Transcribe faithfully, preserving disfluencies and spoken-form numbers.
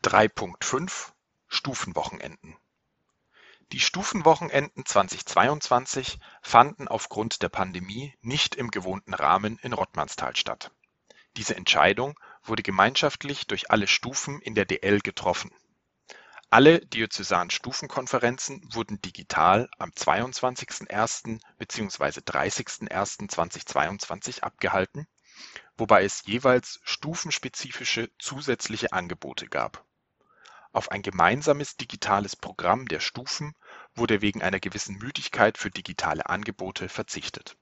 drei Punkt fünf Stufenwochenenden. Die Stufenwochenenden zweitausendzweiundzwanzig fanden aufgrund der Pandemie nicht im gewohnten Rahmen in Rottmannsthal statt. Diese Entscheidung wurde gemeinschaftlich durch alle Stufen in der D L getroffen. Alle diözesanen Stufenkonferenzen wurden digital am zweiundzwanzigsten ersten bzw. dreißigsten ersten zweitausendzweiundzwanzig abgehalten, wobei es jeweils stufenspezifische zusätzliche Angebote gab. Auf ein gemeinsames digitales Programm der Stufen wurde wegen einer gewissen Müdigkeit für digitale Angebote verzichtet.